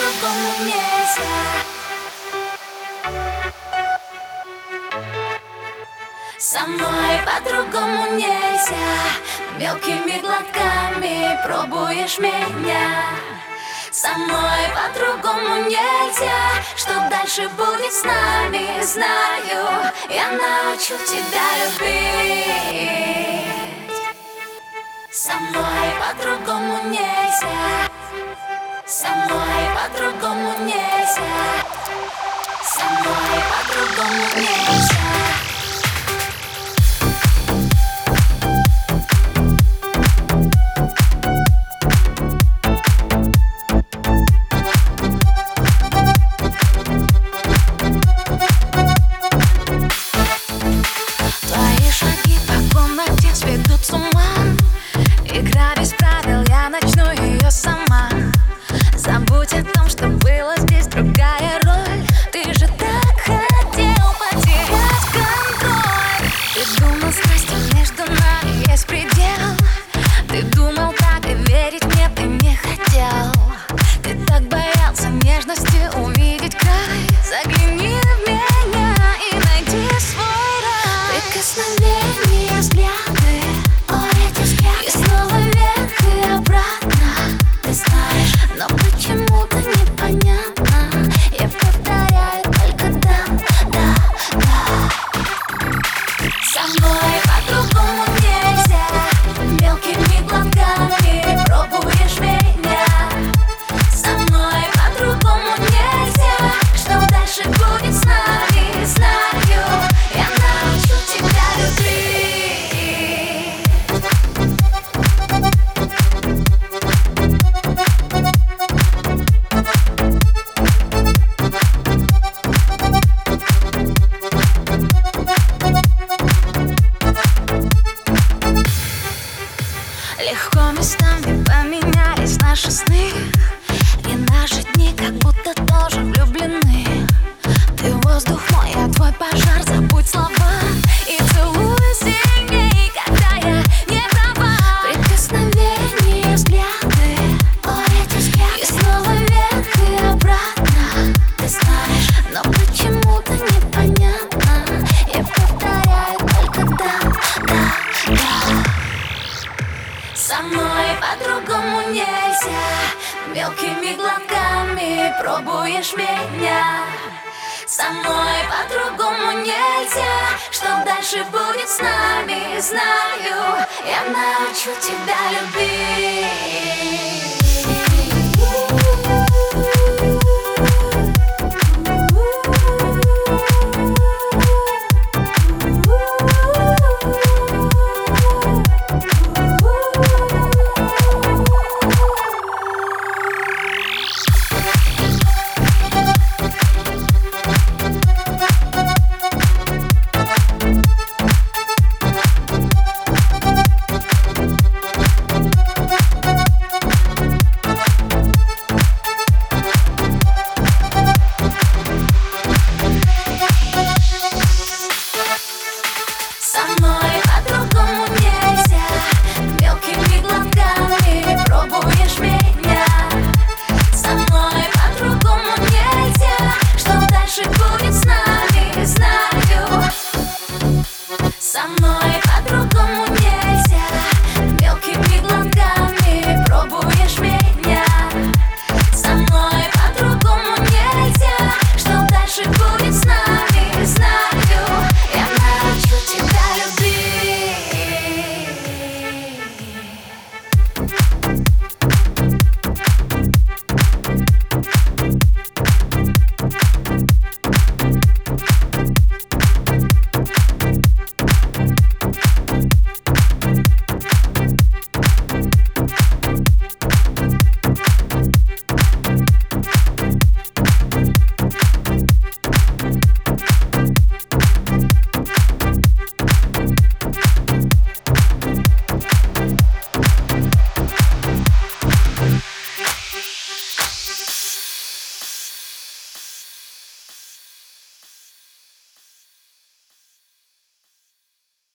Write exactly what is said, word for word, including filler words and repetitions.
по-другому нельзя. Со мной по-другому нельзя. Мелкими глотками пробуешь меня. Со мной по-другому нельзя. Что дальше будет с нами, знаю. Я научу тебя любить. Со мной по-другому нельзя. Со мной по-другому нельзя. Со мной по-другому нельзя. Игра без правил, я начну ее сама. Забудь о том, что было здесь другая роль. Ты же так хотел потерять контроль. Ты думал, страсти между нами есть предел. Ты думал, так и верить мне ты не хотел. Ты так боялся нежности увидеть край. Загляни в меня и найди свой рай. Прикосновение, взгляды, и снова вверх и обратно. Ты знаешь, но почему-то непонятно. Я повторяю только да, да, да. Со мной по-другому нельзя. Мелкими глотками пробуешь меня. Со мной по-другому нельзя. Что дальше будет с нами, знаю. Я научу тебя любить. Легко местами поменялись наши сны. И наши дни как будто тоже влюблены. Ты воздух мой, я твой пожар. Забудь слова и целуй сильней, когда я не права. Прикосновения, взгляды, и снова вверх и обратно. Ты знаешь, но почему-то непонятно. Я повторяю только да, да, да. Со мной по-другому нельзя. Мелкими глотками пробуешь меня. Со мной по-другому нельзя. Что дальше будет с нами, знаю. Я научу тебя любить.